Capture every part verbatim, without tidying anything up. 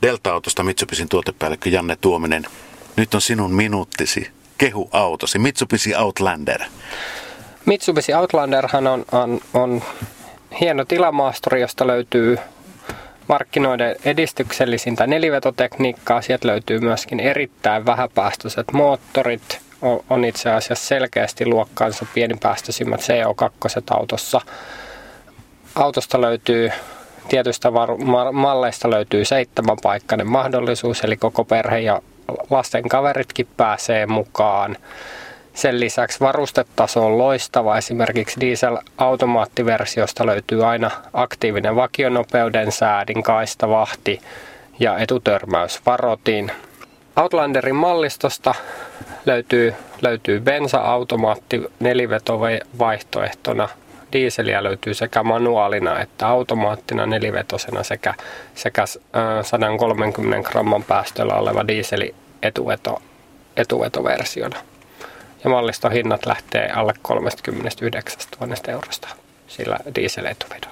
Delta-autosta Mitsubishin tuotepäällikkö Janne Tuominen. Nyt on sinun minuuttisi. Kehu autosi. Mitsubishi Outlander. Mitsubishi Outlanderhan on, on, on hieno tilamaasturi, josta löytyy markkinoiden edistyksellisintä nelivetotekniikkaa. Sieltä löytyy myöskin erittäin vähäpäästöiset moottorit. On itse asiassa selkeästi luokkaansa pienipäästöisimmät C O kaksi autossa. Autosta löytyy, tietystä var- malleista löytyy seitsemänpaikkainen mahdollisuus, eli koko perhe ja lasten kaveritkin pääsee mukaan. Sen lisäksi varustetaso on loistava. Esimerkiksi diesel-automaattiversiosta löytyy aina aktiivinen vakionopeuden säädin, kaistavahti ja etutörmäysvarotin. Outlanderin mallistosta löytyy, löytyy bensa-automaatti nelivetovaihtoehtona. Dieseliä löytyy sekä manuaalina että automaattina nelivetosena sekä, sekä sata kolmekymmentä gramman päästöllä oleva dieseli etuveto, etuvetoversiona. Ja malliston hinnat lähtee alle kolmekymmentäyhdeksäntuhatta eurosta sillä diesel-etuvedolla.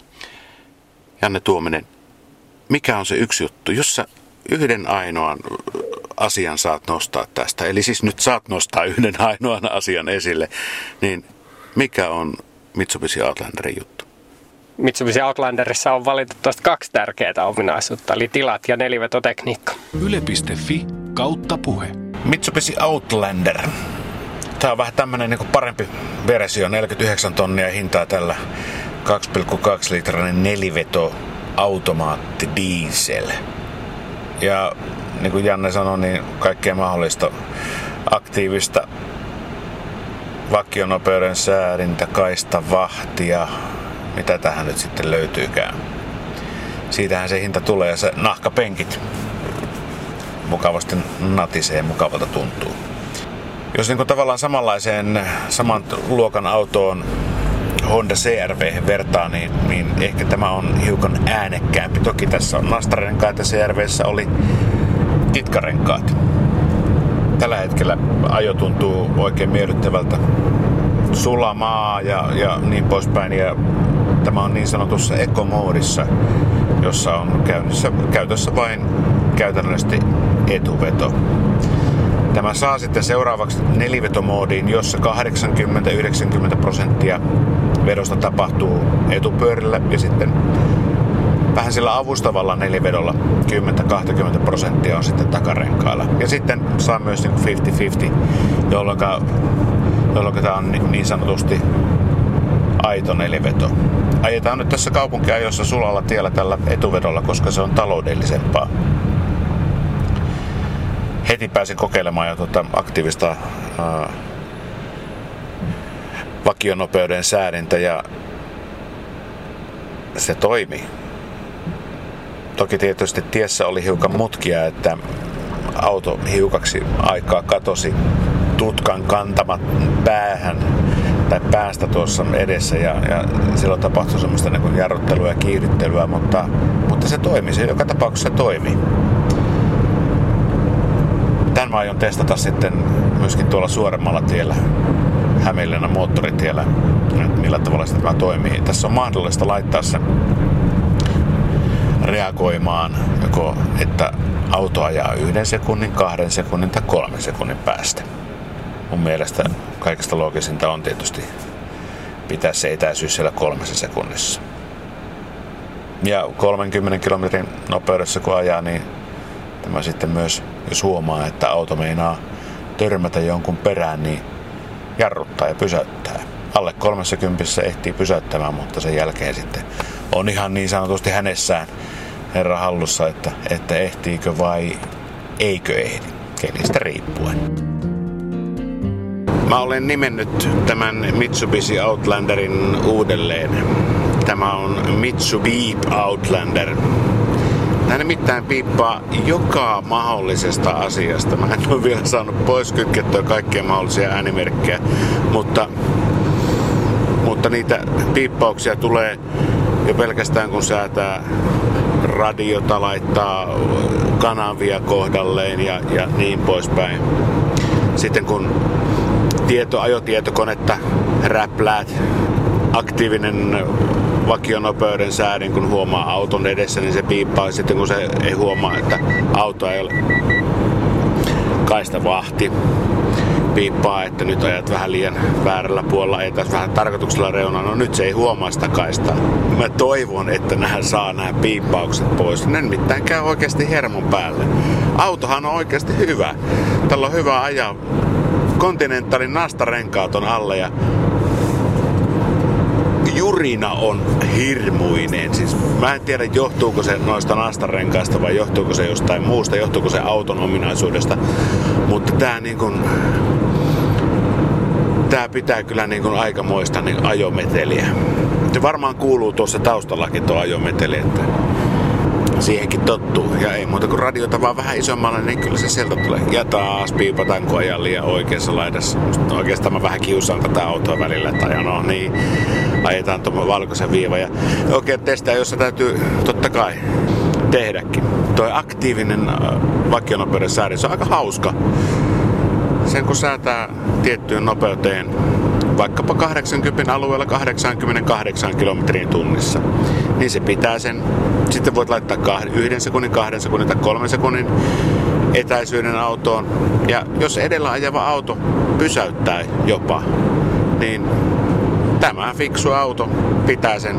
Janne Tuominen, mikä on se yksi juttu, jos sä yhden ainoan asian saat nostaa tästä, eli siis nyt saat nostaa yhden ainoan asian esille, niin mikä on Mitsubishi Outlanderin juttu? Mitsubishi Outlanderissa on valitettavasti kaksi tärkeää ominaisuutta, eli tilat ja nelivetotekniikka. Yle piste fi kautta puhe. Mitsubishi Outlander. Tämä on vähän tämmöinen niin kuin parempi versio, neljäkymmentäyhdeksän tonnia hintaa tällä kaksi pilkku kaksi litrainen neliveto automaatti diesel. Ja niin kuin Janne sanoi, niin kaikkea mahdollista aktiivista vakionopeuden säädintä, kaistavahtia, mitä tähän nyt sitten löytyykään. Siitähän se hinta tulee ja se nahkapenkit mukavasti natisee, mukavalta tuntuu. Jos niin kuin tavallaan samanlaiseen saman luokan autoon Honda C R V vertaa, niin, niin ehkä tämä on hiukan äänekkäämpi. Toki tässä on nastarenkaat ja C R V:ssä oli kitkarenkaat. Tällä hetkellä ajo tuntuu oikein miellyttävältä. Sulamaa ja, ja niin poispäin. Ja tämä on niin sanotussa ekomoodissa, jossa on käynnissä, käytössä vain käytännöllisesti etuveto. Tämä saa sitten seuraavaksi nelivetomoodiin, jossa kahdeksankymmentä yhdeksänkymmentä prosenttia vedosta tapahtuu etupyörillä ja sitten vähän sillä avustavalla nelivedolla kymmenen kaksikymmentä prosenttia on sitten takarenkailla. Ja sitten saa myös niin viisikymmentä viisikymmentä, jolloin, jolloin tämä on niin sanotusti aito neliveto. Ajetaan nyt tässä kaupunkiajossa sulalla tiellä tällä etuvedolla, koska se on taloudellisempaa. Heti pääsin kokeilemaan jo tuota aktiivista ää, vakionopeuden säädintä ja se toimi. Toki tietysti tiessä oli hiukan mutkia, että auto hiukaksi aikaa katosi tutkan kantamat päähän tai päästä tuossa edessä ja, ja silloin tapahtui semmoista niin kuin jarruttelua ja kiihdyttelyä, mutta, mutta se toimi, se joka tapauksessa toimi. Tän mä aion testata sitten myöskin tuolla suoremmalla tiellä, Hämeenlinnan moottoritiellä, että millä tavalla tämä toimii. Tässä on mahdollista laittaa se reagoimaan, joko että auto ajaa yhden sekunnin, kahden sekunnin tai kolmen sekunnin päästä. Mun mielestä kaikista loogisinta on tietysti pitää se etäisyys siellä kolmessa sekunnissa. Ja kolmenkymmenen kilometrin nopeudessa kun ajaa, niin tämä sitten myös, jos huomaa, että auto meinaa törmätä jonkun perään, niin jarruttaa ja pysäyttää. Alle kolmekymmentä ehtii pysäyttämään, mutta sen jälkeen sitten on ihan niin sanotusti hänessään herra hallussa, että, että ehtiikö vai eikö ehdi, kelistä riippuen. Mä olen nimennyt tämän Mitsubishi Outlanderin uudelleen. Tämä on Mitsubishi Outlander. Tämä nimittäin piippaa joka mahdollisesta asiasta. Mä en ole vielä saanut pois kytkettyä kaikkia mahdollisia äänimerkkejä, mutta, mutta niitä piippauksia tulee jo pelkästään kun säätää radiota, laittaa kanavia kohdalleen ja, ja niin poispäin. Sitten kun tieto, ajotietokonetta räpläät, aktiivinen vakionopeuden säädin, kun huomaa auton edessä, niin se piippaa. Sitten kun se ei huomaa, että auto ei ole kaistavahti, piippaa, että nyt ajat vähän liian väärällä puolella, ei taas vähän tarkoituksella reunaan. No nyt se ei huomaa sitä kaistaa. Mä toivon, että nämä saa nämä piippaukset pois. Ne nimittäin käy oikeasti hermon päälle. Autohan on oikeasti hyvä. Tällä on hyvä ajaa. Continentalin nastarenkaat on alle ja jurina on hirmuinen. Siis mä en tiedä, johtuuko se noista nastarenkaista vai johtuuko se jostain muusta, johtuuko se auton ominaisuudesta. Mutta tää niin kun, tää pitää kyllä niin kun aikamoista niin ajometeliä. Se varmaan kuuluu tuossa taustallakin tuo ajometeli, että siihenkin tottuu. Ja ei muuta kuin radiota vaan vähän isommalle, niin kyllä se sieltä tulee. Ja taas piipataan, kun ajan liian oikeassa laidassa. Oikeastaan mä vähän kiusaan tätä autoa välillä, että ajan no niin, ajetaan tuon valkoisen viivan. Ja oikein testaa, jossa täytyy totta kai tehdäkin. Tuo aktiivinen vakionopeuden säädin, se on aika hauska. Sen kun säätää tiettyyn nopeuteen, vaikkapa kahdeksankymmentä alueella kahdeksankymmentäkahdeksan kilometriin tunnissa, niin se pitää sen. Sitten voit laittaa kahden, yhden sekunnin, kahden sekunnin tai kolmen sekunnin etäisyyden autoon. Ja jos edellä ajava auto pysäyttää jopa, niin tämä fiksu auto pitää sen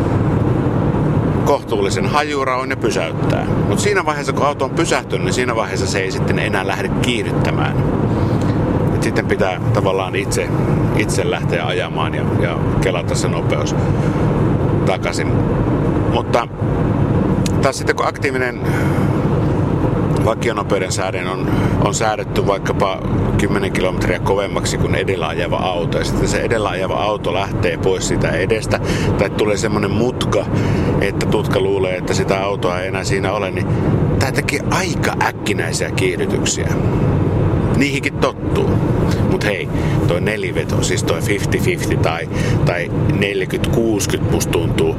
kohtuullisen hajuraon ja pysäyttää. Mutta siinä vaiheessa, kun auto on pysähtynyt, niin siinä vaiheessa se ei sitten enää lähde kiihdyttämään. Et sitten pitää tavallaan itse, itse lähteä ajamaan ja, ja kelata se nopeus takaisin. Mutta taas sitten kun aktiivinen vakionopeuden säädin on, on säädetty vaikkapa kymmenen kilometriä kovemmaksi kuin edellä ajava auto. Ja sitten se edellä ajava auto lähtee pois sitä edestä. Tai tulee semmonen mutka, että tutka luulee, että sitä autoa ei enää siinä ole. Niin tää tekee aika äkkinäisiä kiihdytyksiä. Niihinkin tottuu. Mut hei, toi neliveto, siis toi viisikymmentä viisikymmentä tai, tai neljäkymmentä kuusikymmentä musta tuntuu,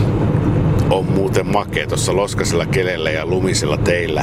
on muuten makea tuossa loskasella kelellä ja lumisella teillä.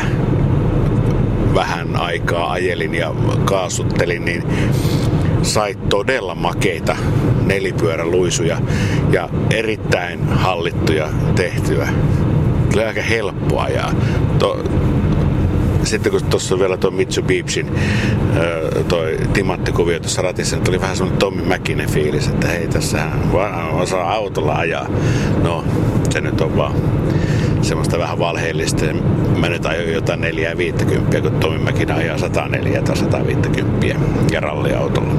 Vähän aikaa ajelin ja kaasuttelin, niin sai todella makeita nelipyöräluisuja ja erittäin hallittuja tehtyä. Kyllä aika helppo ajaa. To, sitten kun tuossa on vielä tuo Mitsubishin toi timanttikuvio tuossa ratissa, niin tuli vähän semmoinen Tommi Mäkinen fiilis, että hei, tässähän osaa autolla ajaa. No, se nyt on vaan semmoista vähän valheellista. Mä nyt ajoin jotain neljä viisikymmentä, kun Tommi Mäkinen ajaa sata neljä tai sata viisikymmentä ja ralliautolla.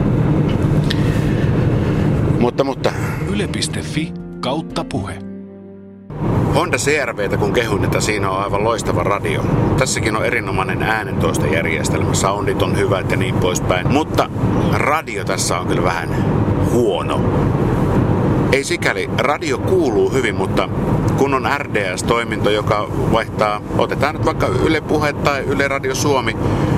Mutta, mutta... Yle piste fi kautta puhe. Honda C R V:tä kun kehun, että siinä on aivan loistava radio. Tässäkin on erinomainen äänentoistojärjestelmä, soundit on hyvät ja niin poispäin. Mutta radio tässä on kyllä vähän huono. Ei sikäli, radio kuuluu hyvin, mutta kun on R D S-toiminto, joka vaihtaa, otetaan nyt vaikka Yle Puhe tai Yle Radio Suomi,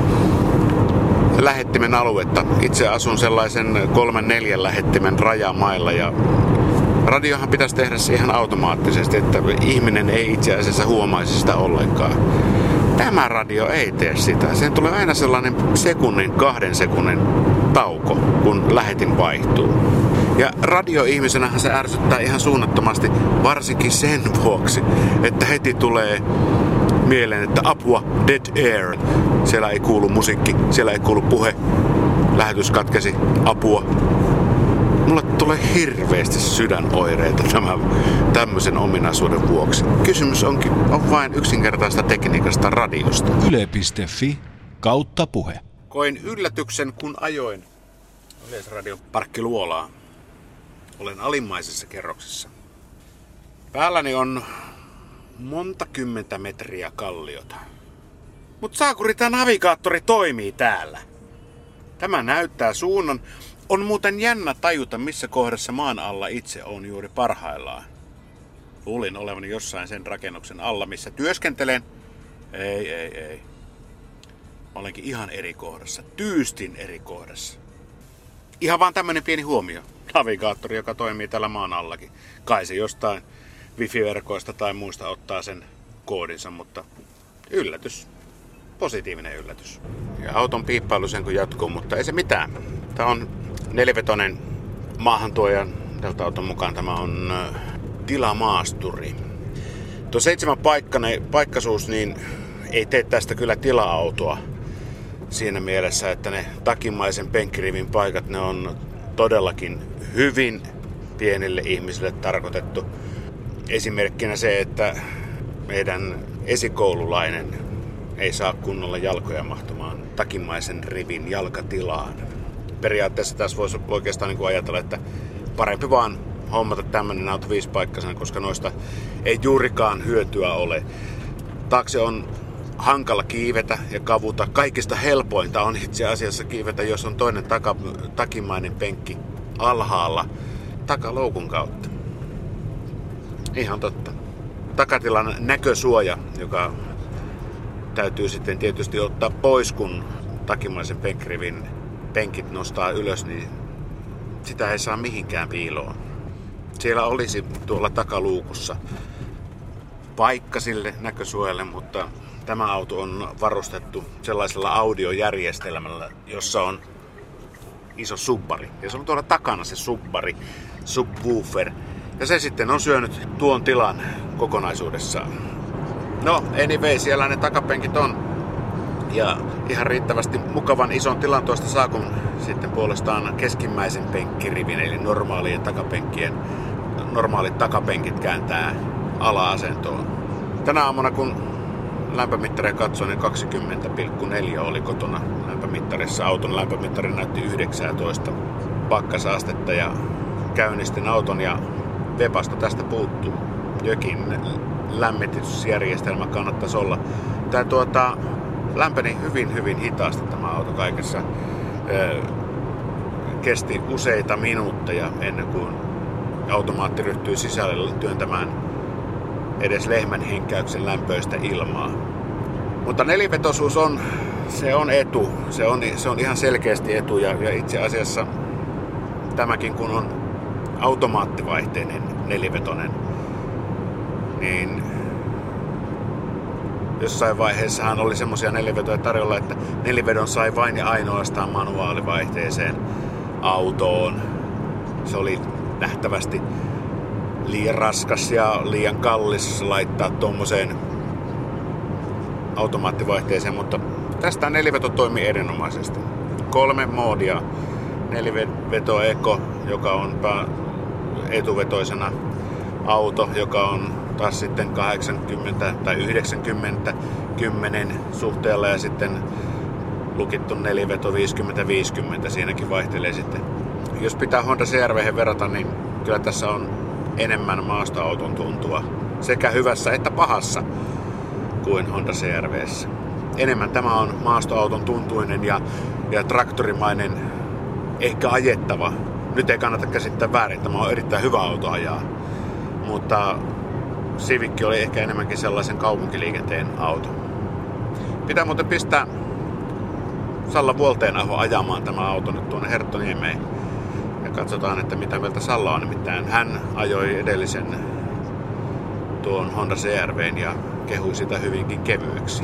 lähettimen aluetta. Itse asun sellaisen kolmen neljän lähettimen rajamailla ja radiohan pitäisi tehdä siihen automaattisesti, että ihminen ei itse asiassa huomaisi sitä ollenkaan. Tämä radio ei tee sitä. Sen tulee aina sellainen sekunnin, kahden sekunnin tauko, kun lähetin vaihtuu. Ja radioihmisenähän se ärsyttää ihan suunnattomasti, varsinkin sen vuoksi, että heti tulee mieleen, että apua, dead air. Siellä ei kuulu musiikki, siellä ei kuulu puhe. Lähetys katkesi, apua. Mulle tulee hirveästi sydänoireita tämän tämmöisen ominaisuuden vuoksi. Kysymys onkin, on vain yksinkertaista tekniikasta radiosta. Yle piste fi kautta puhe. Koin yllätyksen, kun ajoin Yleisradion parkkiluolaa. Olen alimmaisessa kerroksessa. Päälläni on monta kymmentä metriä kalliota. Mut saakuri, tää navigaattori toimii täällä. Tämä näyttää suunnan. On muuten jännä tajuta, missä kohdassa maan alla itse on juuri parhaillaan. Luulin olevani jossain sen rakennuksen alla, missä työskentelen. Ei, ei, ei. Mä olenkin ihan eri kohdassa. Tyystin eri kohdassa. Ihan vaan tämmönen pieni huomio. Navigaattori, joka toimii täällä maan allakin. Kai se jostain wifi-verkoista tai muista ottaa sen koodinsa, mutta yllätys. Positiivinen yllätys. Ja auton piippailu sen kun jatkuu, mutta ei se mitään. Tää on nelivetoinen maahantuojan tältä auton mukaan. Tämä on tilamaasturi. Tuo seitsemän paikkane, paikkasuus niin ei tee tästä kyllä tila-autoa siinä mielessä, että ne takimaisen penkkirivin paikat, ne on todellakin hyvin pienille ihmisille tarkoitettu. Esimerkkinä se, että meidän esikoululainen ei saa kunnolla jalkoja mahtumaan takimaisen rivin jalkatilaan. Periaatteessa tässä voisi oikeastaan niin kuin ajatella, että parempi vaan hommata tämmöinen auto viisipaikkaisena, koska noista ei juurikaan hyötyä ole. Taakse on hankala kiivetä ja kavuta. Kaikista helpointa on itse asiassa kiivetä, jos on toinen taka, takimainen penkki alhaalla takaloukun kautta. Ihan totta. Takatilan näkösuoja, joka täytyy sitten tietysti ottaa pois, kun takimaisen penkkirivin penkit nostaa ylös, niin sitä ei saa mihinkään piiloon. Siellä olisi tuolla takaluukussa paikka sille näkösuojalle, mutta tämä auto on varustettu sellaisella audiojärjestelmällä, jossa on iso subbari. Ja se on tuolla takana se subbari, subwoofer. Ja se sitten on syönyt tuon tilan kokonaisuudessaan. No, anyway, siellä ne takapenkit on. Ja ihan riittävästi mukavan ison tilan tuosta saa, kun sitten puolestaan keskimmäisen penkkirivin, eli normaalien takapenkkien, normaalit takapenkit kääntää ala-asentoon. Tänä aamuna, kun lämpömittaria katsoin, niin kaksikymmentä pilkku neljä oli kotona lämpömittarissa. Auton lämpömittari näytti yhdeksäntoista pakkasastetta ja käynnistin auton ja Vepasta tästä puuttuu. Jokin lämmitysjärjestelmä kannattaisi olla. Tää tuota, lämpeni hyvin hyvin hitaasti tämä auto kaikessa. Öö, kesti useita minuutteja ennen kuin automaatti ryhtyi sisälle työntämään edes lehmän henkäyksen lämpöistä ilmaa. Mutta nelivetoisuus on, se on etu. Se on, se on ihan selkeästi etu ja, ja itse asiassa tämäkin kun on automaattivaihteinen nelivetonen, niin jossain vaiheessahan oli semmoisia nelivetoja tarjolla, että nelivedon sai vain ja ainoastaan manuaalivaihteeseen autoon. Se oli nähtävästi liian raskas ja liian kallis laittaa tuommoiseen automaattivaihteeseen, mutta tästä neliveto toimii erinomaisesti. Kolme moodia. Neliveto Eco, joka on etuvetoisena auto, joka on taas sitten kahdeksankymmentä tai yhdeksänkymmentä kymmenen suhteella ja sitten lukittu neliveto viisikymmentä viisikymmentä, siinäkin vaihtelee sitten. Jos pitää Honda C R V:hen verrata, niin kyllä tässä on enemmän maastoauton tuntua sekä hyvässä että pahassa kuin Honda C R V:ssä. Enemmän tämä on maastoauton tuntuinen ja, ja traktorimainen, ehkä ajettava. Nyt ei kannata käsittää väärin, tämä on erittäin hyvä auto ajaa. Mutta Civic oli ehkä enemmänkin sellaisen kaupunkiliikenteen auto. Pitää muuten pistää Salla Vuolteenaho ajamaan tämä auto nyt tuonne Herttoniemeen. Ja katsotaan, että mitä mieltä Salla on. Nimittäin hän ajoi edellisen tuon Honda C R V:n ja kehui sitä hyvinkin kevyeksi.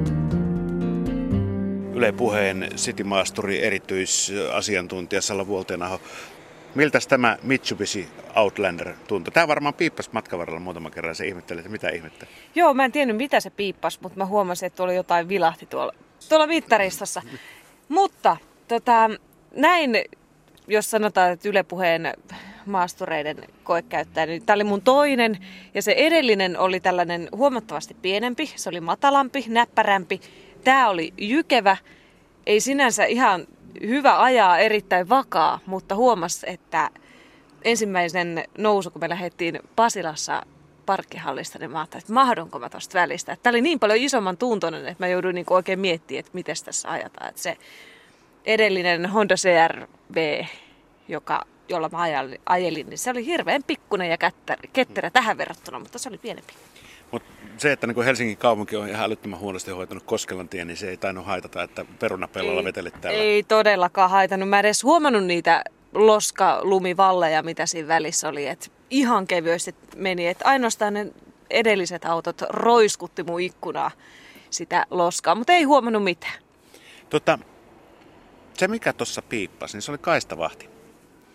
Yle Puheen Citymaasturi erityisasiantuntija Salla Vuolteenaho. Miltäs tämä Mitsubishi Outlander tuntui? Tämä varmaan piippasi matkan varrella muutama kerran. Se ihmetteli, että mitä ihmettä. Joo, mä en tiennyt mitä se piippasi, mutta mä huomasin, että tuolla jotain vilahti tuolla, tuolla mittaristossa. Mutta tota, näin, jos sanotaan, että Yle Puheen maastureiden koekäyttäjä, niin tämä oli mun toinen. Ja se edellinen oli tällainen huomattavasti pienempi. Se oli matalampi, näppärämpi. Tämä oli jykevä. Ei sinänsä ihan hyvä ajaa, erittäin vakaa, mutta huomasi, että ensimmäisen nousu, kun me lähdettiin Pasilassa parkkihallista, niin mä ajattelin, että mahdonko mä tosta välistä. Tämä oli niin paljon isomman tuntoinen, että mä jouduin niin oikein miettimään, että miten tässä ajataan. Että se edellinen Honda C R V, joka, jolla mä ajelin, niin se oli hirveän pikkuinen ja ketterä tähän verrattuna, mutta se oli pienempi. Mutta se, että niin Helsingin kaupunki on ihan älyttömän huonosti hoitanut Koskelan tien, niin se ei tainnut haitata, että perunapellolla vetelit täällä. Ei todellakaan haitannut. Mä en edes huomannut niitä loskalumivalleja, mitä siinä välissä oli. Et ihan kevyesti meni. Et ainoastaan ne edelliset autot roiskutti mun ikkunaa sitä loskaa, mutta ei huomannut mitään. Tota, se mikä tuossa piippasi, niin se oli kaistavahti.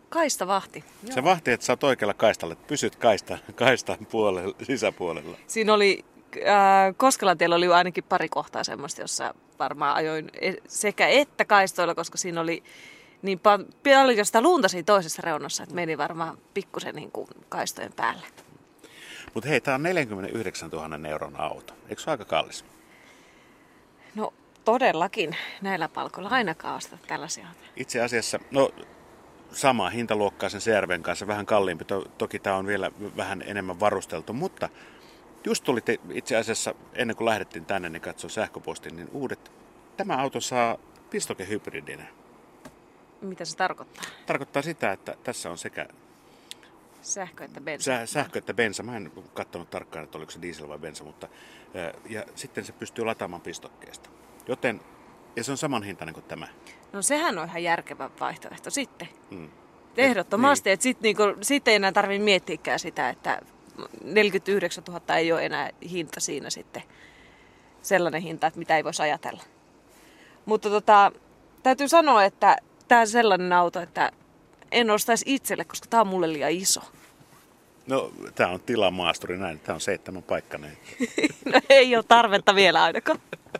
Kaistavahti. Se vahtii, että sä oot oikealla kaistalla, että pysyt kaistan, kaistan puolella, sisäpuolella. Siinä oli, äh, Koskelantiellä oli ainakin pari kohtaa semmoista, jossa varmaan ajoin sekä että kaistoilla, koska siinä oli niin pa- paljon sitä lunta siinä toisessa reunassa, että meni varmaan pikkusen niin kuin kaistojen päälle. Mutta hei, tää on neljänkymmenenyhdeksäntuhannen euron auto. Eikö se ole aika kallis? No todellakin näillä palkoilla ainakaan osteta tällaisia. Itse asiassa, no sama hintaluokkaa sen C R V:n kanssa, vähän kalliimpi. To, toki tämä on vielä vähän enemmän varusteltu, mutta just tuli te, itse asiassa ennen kuin lähdettiin tänne, niin katsoin sähköpostin, niin uudet. Tämä auto saa pistokehybridinä. Mitä se tarkoittaa? Tarkoittaa sitä, että tässä on sekä sähkö että bensa. Sä, sähkö että bensa. Mä en katsonut tarkkaan, että oliko se diesel vai bensa, mutta ja sitten se pystyy lataamaan pistokkeesta. Joten, ja se on saman hintainen kuin tämä. No sehän on ihan järkevä vaihtoehto sitten. Mm. Ehdottomasti, niin. että sitten niinku, sit ei enää tarvitse miettiäkään sitä, että neljäkymmentäyhdeksäntuhatta ei ole enää hinta siinä sitten. Sellainen hinta, että mitä ei voisi ajatella. Mutta tota, täytyy sanoa, että tämä on sellainen auto, että en ostaisi itselle, koska tämä on mulle liian iso. No, tämä on tilamaasturi näin. Tämä on seitsemän paikkainen. No ei ole tarvetta vielä ainakaan.